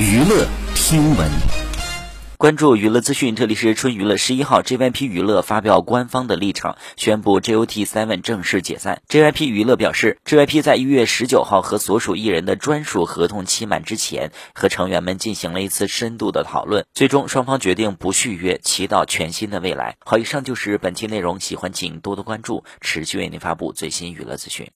娱乐听闻。 关注娱乐资讯，这里是春娱乐。11号 ，JYP 娱乐发表官方的立场，宣布 GOT7 正式解散。JYP 娱乐表示 ，JYP 在1月19号和所属艺人的专属合同期满之前，和成员们进行了一次深度的讨论，最终双方决定不续约，祈祷全新的未来。好，以上就是本期内容，喜欢请多多关注，持续为您发布最新娱乐资讯。